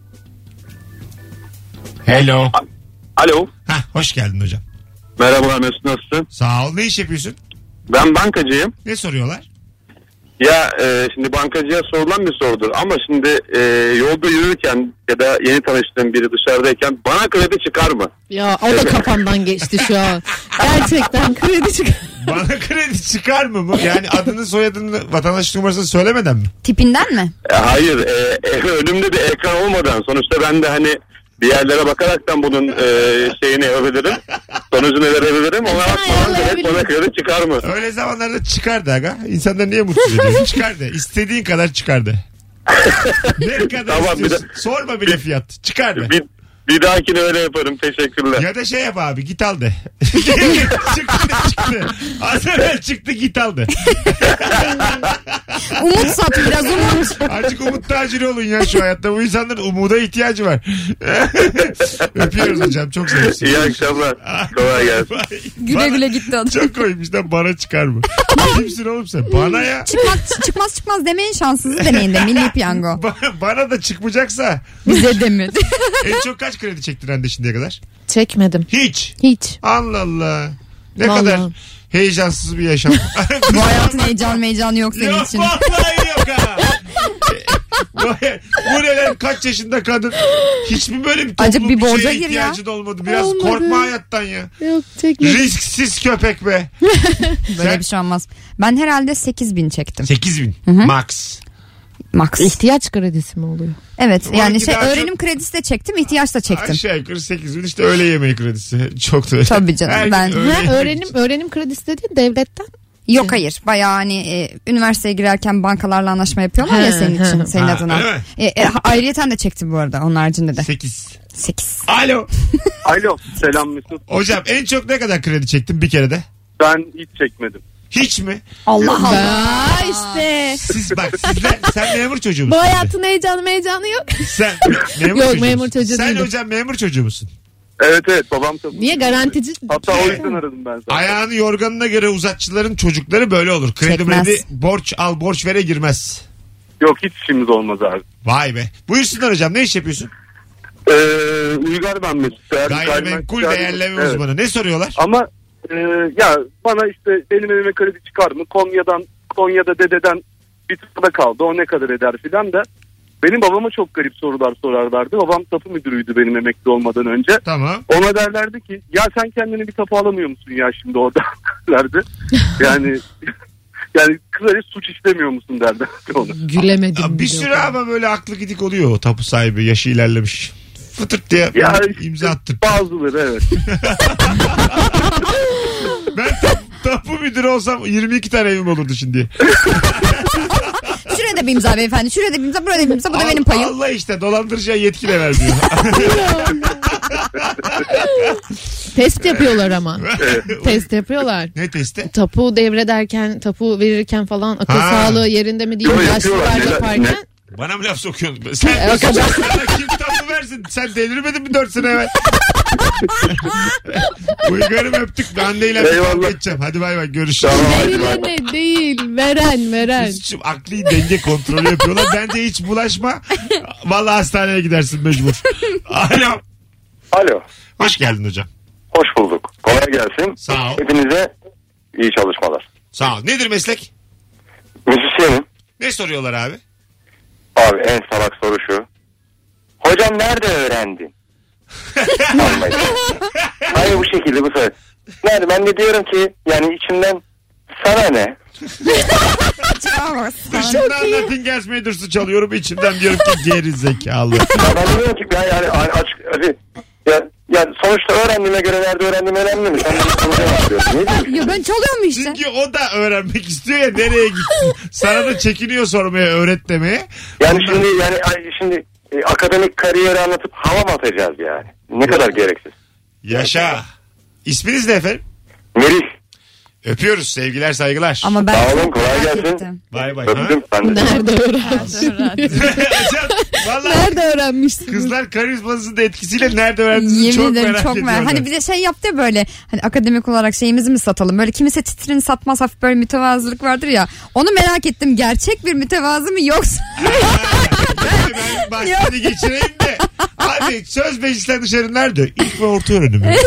Hello. Alo. Hah, hoş geldin hocam. Merhabalar Mesut, nasılsın? Sağ ol. Ne iş yapıyorsun? Ben bankacıyım. Ne soruyorlar? Ya şimdi bankacıya sorulan bir sorudur ama şimdi yolda yürürken ya da yeni tanıştığım biri dışarıdayken bana kredi çıkar mı? Ya o da kafamdan geçti şu an. Gerçekten kredi çıkar. Bana kredi çıkar mı? Yani adını soyadını vatandaşlık numarasını söylemeden mi? Tipinden mi? Hayır, önümde bir ekran olmadan sonuçta ben de hani bir yerlere bakaraktan bunun şeyini yapabilirim. Sonucunu verebilirim. Ona bakmadan direkt bana kredi çıkar mı? Öyle zamanlarda çıkardı aga. İnsanlar niye mutsuz ediyor? Çıkardı. İstediğin kadar çıkardı. Ne kadar tamam, istiyorsun? Sorma bile fiyat. Çıkardı. Bir dahakine öyle yaparım. Teşekkürler. Ya da şey yap abi, git al de. çıktı. Az evvel çıktı, git al de. Umut sat biraz, umut. Azıcık umut taciri olun ya şu hayatta. Bu insanların umuda ihtiyacı var. Öpüyoruz hocam. Çok seviyoruz. İyi akşamlar. Kolay gelsin. Güle güle gitti adam. Çok koymuşlar, bana çıkar mı? Kimsin oğlum sen? Bana ya. Çıkmaz demeyin, şansınızı deneyin de milli piyango. Bana da çıkmayacaksa. Bize demedi. En çok kaç kredi çektin anne şimdiye kadar? Çekmedim. Hiç. Allah Allah. Ne vallahi kadar heyecansız bir yaşam. Bu hayatın heyecanı yok senin için. Yok vallahi yok ha. Bu neler, kaç yaşında kadın? Hiç mi böyle bir toplum bir borca şeye gir ihtiyacı ya. da olmadı? Biraz Olmadı. korkma hayattan ya. Yok, çekmedim. Risksiz köpek be. Böyle bir şey olmaz. Ben herhalde 8.000 çektim. 8.000 max. İhtiyaç kredisi mi oluyor? Evet, yani Onunki daha öğrenim kredisi de çektim, ihtiyaç da çektim. Aşağı yukarı 8.000 işte öğle yemeği kredisi. Çok da. Tabii canım, Her ben- gün öğle yemeği. Öğrenim kredisi dediğin devletten. Yok hayır, bayağı hani üniversiteye girerken bankalarla anlaşma yapıyorlar ya senin için, senin adına. öyle mi? Ayrıyeten de çektim bu arada onun haricinde de. 8. 8. Alo. Alo. Selam Mesut. Hocam en çok ne kadar kredi çektin bir kere de? Ben hiç çekmedim. Hiç mi? Allah Allah. Aa, işte. Sizler, sen memur çocuğu musun? Bu hayatın heyecanı yok. Sen memur Yok, çocuğu memur musun? çocuğu Sen değilim. hocam memur çocuğu musun? Evet babam tabii. Niye, garantici? Hatta o yüzden aradım ben sana. Ayağını yorganına göre uzatçıların çocukları böyle olur. Kredi Çekmez. mredi borç al borç vere girmez. Yok, hiç işimiz olmaz abi. Vay be. Buyursunlar hocam, ne iş yapıyorsun? Uygar ben Mesut. Gayrimenkul değerleme Evet. uzmanı. Ne soruyorlar? Ama ya bana işte benim evime kredi çıkar mı? Konya'da dededen bir tıkla kaldı. O ne kadar eder filan da. Benim babama çok garip sorular sorarlardı. Babam tapu müdürüydü benim emekli olmadan önce. Tamam. Ona derlerdi ki ya sen kendini bir tapu alamıyor musun ya şimdi orada derlerdi. Yani kısaca suç işlemiyor musun derdi ona. Gülemedim. Bir sürü ama böyle aklı gidik oluyor o tapu sahibi, yaşı ilerlemiş. Fıtırt diye Ya imza attır. bazıları evet. müdürü olsam 22 tane evim olurdu şimdi. Şuraya da bir imza beyefendi. Şuraya da bir imza, buraya da bir imza. Bu da benim payım. Allah işte dolandırıcıya yetki de vermiyor. Test yapıyorlar ama. Test yapıyorlar. Ne testi? Tapu devrederken, tapu verirken falan akıl sağlığı yerinde mi değil mi? Yaşlılar yaparken. Bana mı laf sokuyorsun? Sen sana kim tapu versin? Sen delirmedin mi 4 sene evvel? Uygar'ım öptük. Ben de ileride geçeceğim. Hadi bay bay görüşürüz. Verilene değil, veren. Şu akli denge kontrolü yapıyorlar. Bence hiç bulaşma. Vallahi hastaneye gidersin mecbur. Alo. Alo. Hoş geldin hocam. Hoş bulduk. Kolay gelsin. Sağ ol. Hepinize iyi çalışmalar. Sağ ol. Nedir meslek? Müzisyenim. Ne soruyorlar abi? Abi en salak soru şu. Hocam nerede öğrendin? Hayır bu şekilde bu soru. Nerede? Ben de diyorum ki yani içimden sana ne? Dışımdan Nothing Else Matters'ı çalıyorum. İçimden diyorum ki geri zekalı. Ben diyorum ki yani açık ya sonuçta öğrendiğime göre nerede öğrendiğim önemli mi? Sen ya ben çalıyorum işte. Çünkü o da öğrenmek istiyor ya nereye gitsin. Sana da çekiniyor sormaya öğret demeye. Yani şimdi akademik kariyeri anlatıp hava mı atacağız yani? Ne kadar gereksiz. Yaşa. İsminiz ne efendim? Melih. Öpüyoruz. Sevgiler saygılar. Ama ben sağ olun kolay gelsin. Bay bay. Öptüm ben de. Nerede öğrendin? Nerede öğrenmişsin? Kızlar karizmasının da etkisiyle nerede öğrendiğini çok merak ediyorlar. Hani bir de şey yaptı ya böyle hani akademik olarak şeyimizi mi satalım? Böyle kimse titrini satmaz, hafif böyle mütevazılık vardır ya. Onu merak ettim. Gerçek bir mütevazı mı yoksa? Ben bahsini geçireyim de. Abi söz meclisten dışarı nerede? İlk ve orta öğrenimi.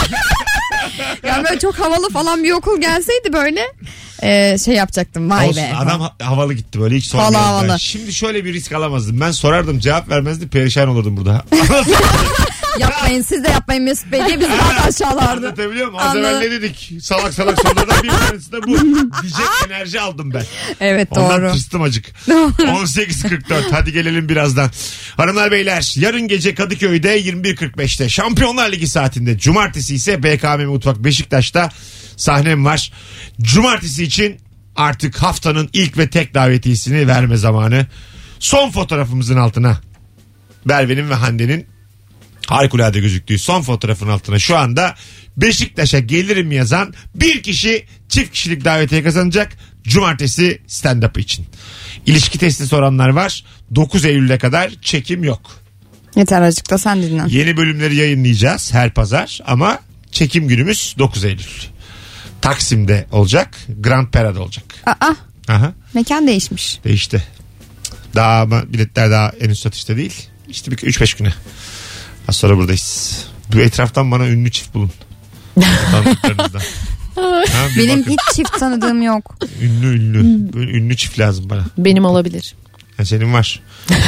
Ya böyle çok havalı falan bir okul gelseydi böyle şey yapacaktım. Vay Olsun, be. adam havalı gitti böyle hiç sormadım. Havalı. Şimdi şöyle bir risk alamazdım. Ben sorardım cevap vermezdi perişan olurdum burada. Yapmayın siz de yapmayın Mesut Bey diye bizi daha aşağılardı. Anlatabiliyor muyum? Az evvel ne dedik? Salak sorulardan bir tanesi de bu. Diyecek enerji aldım ben. Evet doğru. Ondan tırstım acık. 18.44 hadi gelelim birazdan. Hanımlar beyler yarın gece Kadıköy'de 21.45'te Şampiyonlar Ligi saatinde. Cumartesi ise BKM Mutfak Beşiktaş'ta sahnem var. Cumartesi için artık haftanın ilk ve tek davetiyesini verme zamanı. Son fotoğrafımızın altına Merve'nin ve Hande'nin harikulade gözüktüğü son fotoğrafın altına şu anda Beşiktaş'a gelirim yazan bir kişi çift kişilik davetiye kazanacak cumartesi stand-up için. İlişki testi soranlar var. 9 Eylül'e kadar çekim yok. Yeter azıcık da sen dinlen. Yeni bölümleri yayınlayacağız her pazar ama çekim günümüz 9 Eylül. Taksim'de olacak. Grand Pera'da olacak. Aha. Mekan değişmiş. Değişti. Daha ama biletler daha henüz satışta değil. İşte bir 3-5 güne. Az sonra buradayız. Bu etraftan bana ünlü çift bulun. Tanıdıklarınızdan. Benim hiç çift tanıdığım yok. Ünlü. Böyle ünlü çift lazım bana. Benim olabilir. Ya senin var.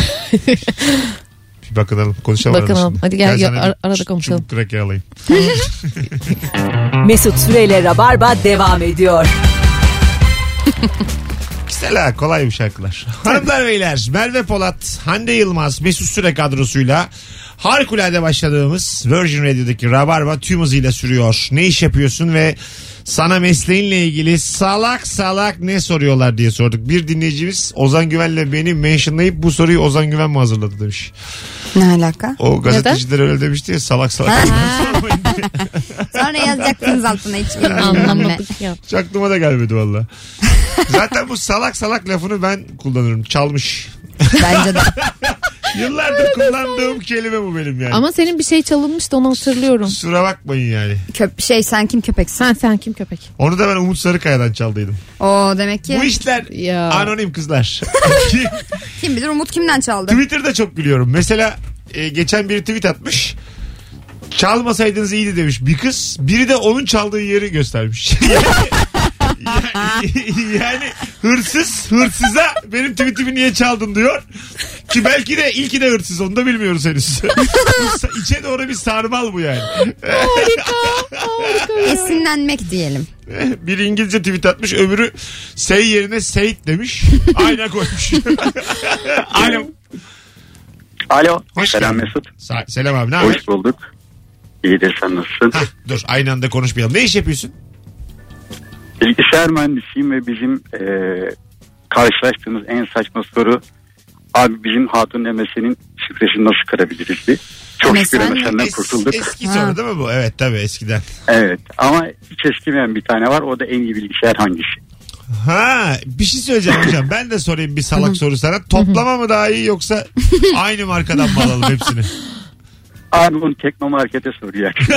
Bir bakalım konuşalım. Bakalım. Hadi gel arada konuşalım. Çubuk kraker alayım. Mesut Süreyle Rabarba devam ediyor. Güzel ha, kolay bir şarkılar. Hanımlar beyler Merve Polat, Hande Yılmaz, Mesut Süre kadrosuyla harikulade başladığımız Virgin Radio'daki Rabarba tüm hızıyla sürüyor. Ne iş yapıyorsun ve sana mesleğinle ilgili salak ne soruyorlar diye sorduk. Bir dinleyicimiz Ozan Güven'le beni mentionlayıp bu soruyu Ozan Güven mi hazırladı demiş. Ne alaka? O gazeteciler öyle demişti ya salak. Sonra yazacaksınız altına hiç anlamadık ya. Hiç aklıma da gelmedi valla. Zaten bu salak lafını ben kullanırım. Çalmış. Bence de. Yıllardır kullandığım kelime bu benim yani. Ama senin bir şey çalınmıştı onu hatırlıyorum. Kusura bakmayın yani. Sen kim köpeksin? Sen kim köpek? Onu da ben Umut Sarıkaya'dan çaldıydım. O demek ki. Bu işler anonim kızlar. Kim bilir Umut kimden çaldı? Twitter'da çok gülüyorum. Mesela geçen biri tweet atmış. Çalmasaydınız iyiydi demiş bir kız. Biri de onun çaldığı yeri göstermiş. Yani hırsıza benim tweetimi niye çaldın diyor. Ki belki de ilki de hırsız, onu da bilmiyoruz henüz. İçe doğru bir sarmal bu yani. Harika. Esinlenmek diyelim. Biri İngilizce tweet atmış, öbürü say yerine Seyit demiş. Ayna koymuş. Alo. Hoş Selam geldin. Mesut. Selam abi, ne haber? Hoş bulduk. İyidir, sen nasılsın? Dur aynı anda konuşmayalım. Ne iş yapıyorsun? Bilgisayar mühendisiyim ve bizim karşılaştığımız en saçma soru, abi bizim Hatun MSN'in şifresini nasıl kırabiliriz diye. Çok şükür MSN'den kurtulduk. Eski soru değil mi bu? Evet tabii eskiden. Evet ama hiç eskimeyen bir tane var, o da en iyi bilgisayar hangisi? Ha, bir şey söyleyeceğim hocam. Ben de sorayım bir salak soru sana. Toplama mı daha iyi yoksa aynı markadan mı alalım hepsini? Abi bunu Teknomarket'e soracaksın.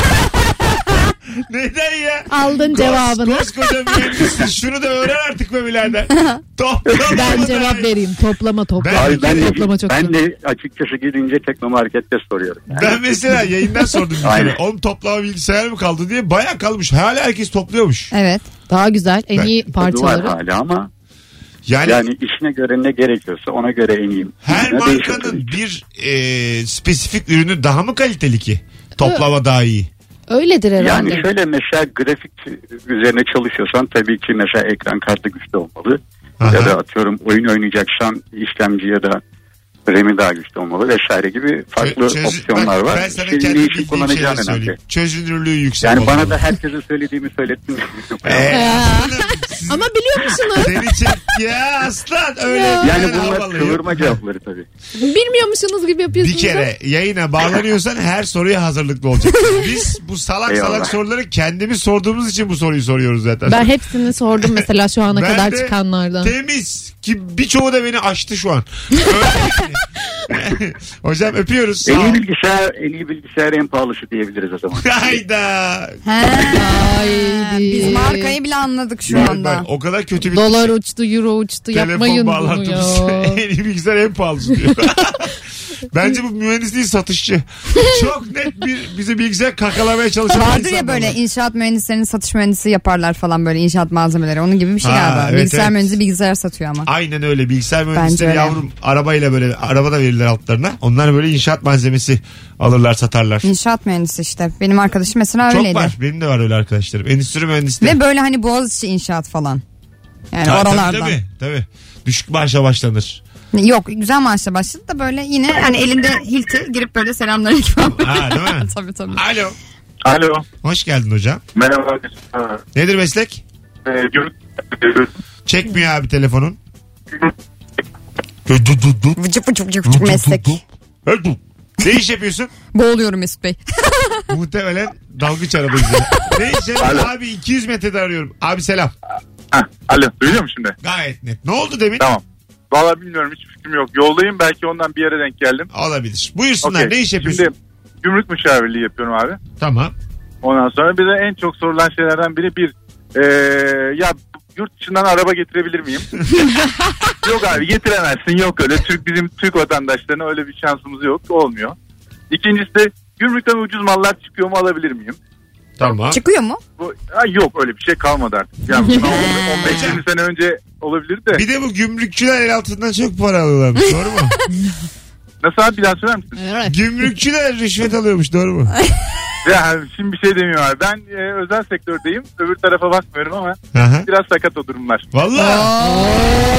Neden ya? Aldın cevabını. Koskoca mühendissin. Şunu da öğren artık be birader. Toplama. Ben cevap vereyim. Toplama. Abi Ben de açıkçası gidince Teknomarket'te soruyorum. Yani. Ben mesela yayından sordum bir kere. Oğlum toplama bilgisayar mı kaldı diye, bayağı kalmış. Hala herkes topluyormuş. Evet. Daha güzel. En iyi parçaları. Var hala ama yani işine göre ne gerekiyorsa ona göre en iyi. Her markanın bir spesifik ürünü daha mı kaliteli ki? Toplama daha iyi. Öyledir herhalde. Yani şöyle, mesela grafik üzerine çalışıyorsan tabii ki mesela ekran kartı güçlü olmalı. Aha. Ya da atıyorum oyun oynayacaksan işlemci ya da RAM'i daha güçlü olmalı vesaire gibi farklı opsiyonlar var. Ben sana kendi bildiğim şeyleri söyleyeyim. Çözünürlüğü yüksek yani olmalı. Bana da herkese söylediğimi söylettin. Ama biliyor musunuz? Seni çek ya aslan. Öyle yani bunlar kıvırma cevapları tabii. Bilmiyormuşsunuz gibi yapıyorsunuz. Bir kere yayına bağlanıyorsan her soruya hazırlıklı olacaksın. Biz bu salak soruları kendimiz sorduğumuz için bu soruyu soruyoruz zaten. Ben hepsini sordum mesela şu ana kadar çıkanlardan. Temiz ki birçoğu da beni aştı şu an. Hocam öpüyoruz. En iyi bilgisayar en pahalısı diyebiliriz o zaman. Hayda. Biz markayı bile anladık şu anda. O kadar kötü bir dolar uçtu, euro uçtu. Yapmayın bunu ya. En iyi bilgisayar en pahalısı diyor. Bence bu mühendisliğin satışçı. Çok net bize bilgisayar kakalamaya çalışan vardır ya böyle inşaat mühendislerinin satış mühendisi yaparlar falan, böyle inşaat malzemeleri. Onun gibi bir şey galiba. Evet, bilgisayar mühendisi bilgisayar satıyor ama. Aynen öyle. Bilgisayar mühendisleri yavrum arabayla böyle araba da verirler altlarına. Onlar böyle inşaat malzemesi alırlar, satarlar. İnşaat mühendisi işte. Benim arkadaşım mesela öyleydi. Çok var. Benim de var öyle arkadaşlarım. Endüstri mühendisleri. Ve böyle hani Boğaziçi inşaat falan. Yani oralardan. Tabii. Düşük maaşa başlanır. Yok, güzel maaşla başladı da böyle yine hani elinde hilti girip böyle selamünaleyküm. Ha değil mi? Tabii. Alo. Hoş geldin hocam. Merhaba. Nedir meslek? Çekmiyor abi telefonun. Vıcık meslek. Ne iş yapıyorsun? Boğuluyorum Mesut Bey. Muhtemelen dalgıç aradı bize. Ne iş yapıyorsun? Abi 200 metrede arıyorum. Abi selam. Alo, duyuyor musun şimdi? Gayet net. Ne oldu demin? Tamam. Valla bilmiyorum, hiç fikrim yok. Yoldayım, belki ondan bir yere denk geldim. Olabilir. Buyursunlar. Ne iş yapıyorsun? Şimdi gümrük müşavirliği yapıyorum abi. Tamam. Ondan sonra bir de en çok sorulan şeylerden biri ya yurt dışından araba getirebilir miyim? Yok abi, getiremezsin, yok öyle. Bizim Türk vatandaşlarına öyle bir şansımız yok, olmuyor. İkincisi de gümrükten ucuz mallar çıkıyor mu, alabilir miyim? Tamam. Çıkıyor mu? Yok, öyle bir şey kalmadı artık. Yani 15-20 sene önce olabilir de. Bir de bu gümrükçüler el altından çok para alıyorlarmış, doğru mu? Nasıl abi, bir daha söyler misin? Evet. Gümrükçüler rüşvet alıyormuş, doğru mu? Ya şimdi bir şey demiyorum abi. Ben özel sektördeyim. Öbür tarafa bakmıyorum ama biraz sakat o durumlar. Vallahi.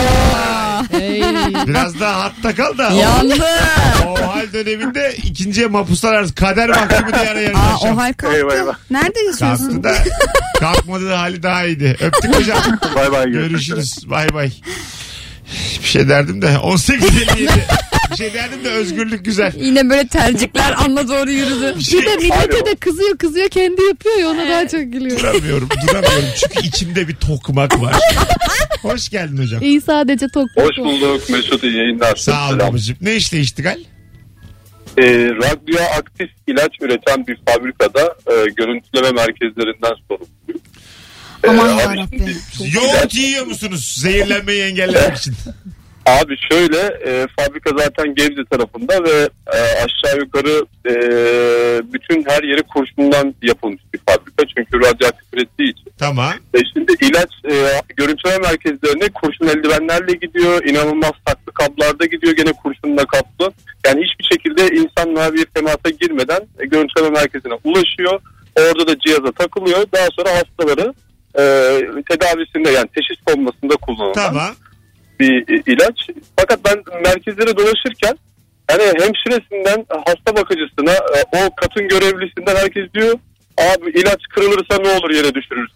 Biraz daha hatta kal da. Yandı. O hal döneminde ikinciye mahpuslar arası kader mahkumu diye arayarlar. O hal kalktı. Eyvah. Nerede yaşıyorsun? Kalktı da kalkmadı da hali daha iyiydi. Öptük hocam. Bay. Görüşürüz. Bay. Bir şey derdim de 18.57. Bir şey derdim de özgürlük güzel. Yine böyle tercikler anla doğru yürüdü. Bir de millete de kızıyor kendi yapıyor ya, ona daha çok gülüyor. Duramıyorum çünkü içimde bir tokmak var. Hoş geldin hocam. İyi, sadece tokmak. Hoş bulduk Mesut, iyi yayınlar. Sağ ol babacığım. Ne işle iştigal? Radyoaktif ilaç üreten bir fabrikada görüntüleme merkezlerinden sorumluyum. Aman yarabbim. Yoğurt yiyor musunuz zehirlenmeyi engellemek için? Abi şöyle, fabrika zaten Gebze tarafında ve aşağı yukarı bütün her yeri kurşundan yapılmış bir fabrika. Çünkü radyoaktif ürettiği için. Tamam. Şimdi ilaç görüntüleme merkezlerine kurşun eldivenlerle gidiyor. İnanılmaz saklı kaplarda gidiyor, gene kurşunla kaplı. Yani hiçbir şekilde insanla bir temasa girmeden görüntüleme merkezine ulaşıyor. Orada da cihaza takılıyor. Daha sonra hastaları tedavisinde, yani teşhis konmasında kullanılan. Tamam. Bir ilaç. Fakat ben merkezlere dolaşırken yani hemşiresinden hasta bakıcısına, o katın görevlisinden herkes diyor, abi ilaç kırılırsa ne olur yere düşürürsek.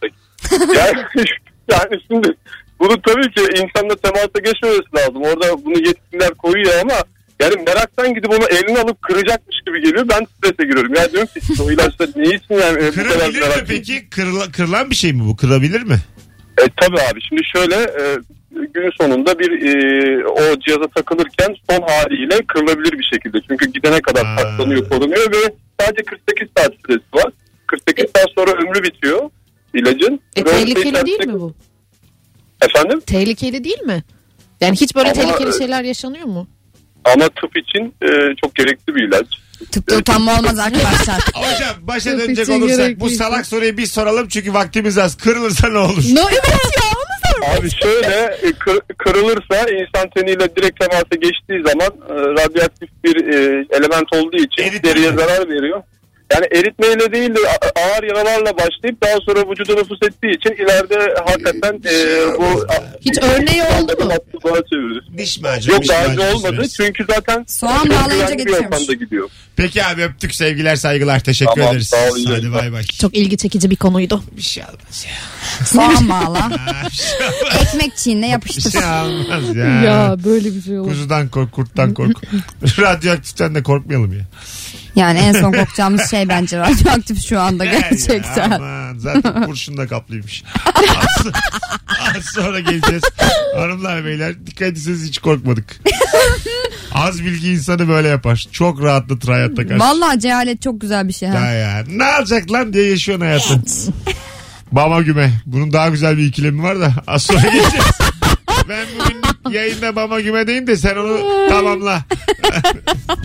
Yani şimdi bunu tabii ki insanla temasa geçmemesi lazım. Orada bunu yetkililer koyuyor ama yani meraktan gidip onu eline alıp kıracakmış gibi geliyor. Ben strese giriyorum. Yani diyorum ki o ilaçlar ne için yani? Kırabilir mi peki? Kırılan bir şey mi bu? Kırılabilir mi? Tabii abi. Şimdi şöyle günün sonunda o cihaza takılırken son haliyle kırılabilir bir şekilde. Çünkü gidene kadar saklanıyor, korunuyor ve sadece 48 saat süresi var. 48 saat sonra ömrü bitiyor ilacın. Tehlikeli değil mi bu? Efendim? Tehlikeli değil mi? Yani hiç böyle tehlikeli şeyler yaşanıyor mu? Ama tıp için çok gerekli bir ilaç. Tıpta utanma olmaz arkadaşlar. Hocam başa dönecek olursak bu salak soruyu biz soralım çünkü vaktimiz az. Kırılırsa ne olur? No, evet ya onu sormak. Abi şöyle kırılırsa insan teniyle direkt temasa geçtiği zaman radyoaktif bir element olduğu için deriye zarar veriyor. Yani eritmeyle değil de ağır yaralarla başlayıp daha sonra vücuda nüfuz ettiği için ileride hakikaten bu... Hiç örneği oldu mu? Diş macunu. Yok daha önce olmadı çünkü zaten soğan bağlayınca geçiyormuş. Peki abi öptük, sevgiler saygılar, teşekkür ederiz. Sağ olun. Hadi bay bay. Çok ilgi çekici bir konuydu. Bir şey olmaz ya. Soğan bağla. Ekmek çiğne yapıştır. Bir şey olmaz ya. Ya böyle bir şey olur. Kuzudan kork, kurttan kork. Radyoaktiften de korkmayalım ya. Yani en son korkacağımız şey bence radyoaktif şu anda gerçekten. Aman zaten kurşunla kaplıymış. Az sonra geleceğiz. Hanımlar beyler dikkat etseniz hiç korkmadık. Az bilgi insanı böyle yapar. Çok rahatlatır hayatta karşı. Vallahi cehalet çok güzel bir şey. Ya. Ne alacak lan diye yaşıyorsun hayatı. Baba güme. Bunun daha güzel bir ikilemi var da az sonra geleceğiz. Ben bugün yayında baba güme deyim de sen onu tamamla.